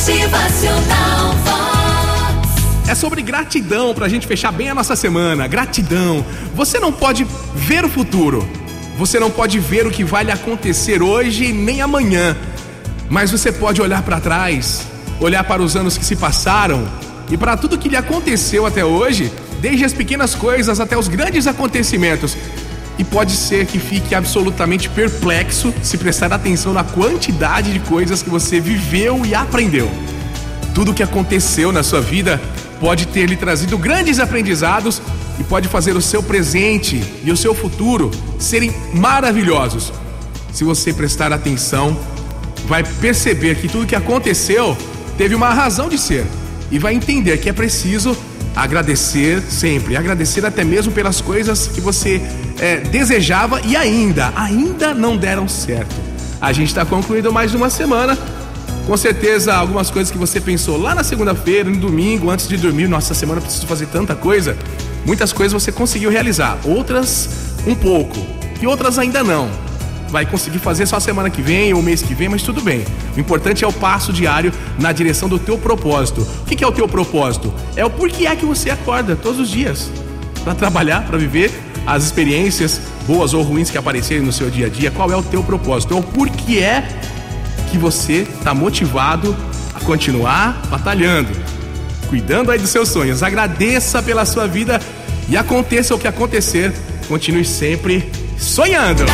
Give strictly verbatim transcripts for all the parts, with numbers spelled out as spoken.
Motivacional Vox. É sobre gratidão pra gente fechar bem a nossa semana. Gratidão. Você não pode ver o futuro. Você não pode ver o que vai lhe acontecer hoje nem amanhã. Mas você pode olhar pra trás, olhar para os anos que se passaram e para tudo que lhe aconteceu até hoje, desde as pequenas coisas até os grandes acontecimentos. E pode ser que fique absolutamente perplexo se prestar atenção na quantidade de coisas que você viveu e aprendeu. Tudo o que aconteceu na sua vida pode ter lhe trazido grandes aprendizados e pode fazer o seu presente e o seu futuro serem maravilhosos. Se você prestar atenção, vai perceber que tudo que aconteceu teve uma razão de ser e vai entender que é preciso agradecer sempre, agradecer até mesmo pelas coisas que você é, desejava e ainda, ainda não deram certo. A gente está concluindo mais uma semana. Com certeza algumas coisas que você pensou lá na segunda-feira, no domingo, antes de dormir, nossa, semana eu preciso fazer tanta coisa. Muitas coisas você conseguiu realizar, outras um pouco e outras ainda não. Vai conseguir fazer só semana que vem ou mês que vem, mas tudo bem. O importante é o passo diário na direção do teu propósito. O que é o teu propósito? É o porquê é que você acorda todos os dias para trabalhar, para viver as experiências boas ou ruins que aparecerem no seu dia a dia. Qual é o teu propósito? É o porquê é que você está motivado a continuar batalhando, cuidando aí dos seus sonhos. Agradeça pela sua vida e aconteça o que acontecer, continue sempre sonhando.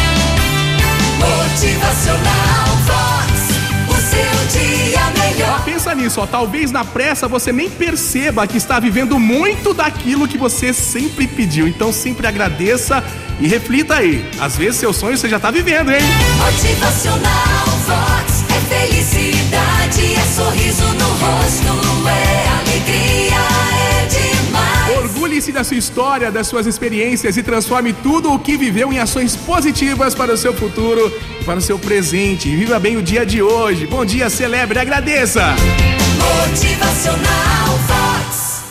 Motivacional Vox, o seu dia melhor. Pensa nisso, ó, talvez na pressa você nem perceba que está vivendo muito daquilo que você sempre pediu. Então sempre agradeça e reflita aí. Às vezes seu sonho você já está vivendo, hein? Motivacional Vox é felicidade, é sorriso no rosto, é alegria, é demais. Orgulhe-se da sua história, das suas experiências e transforme tudo o que viveu em ações positivas para o seu futuro, para o seu presente. Viva bem o dia de hoje. Bom dia, celebre, agradeça. Motivacional Vox.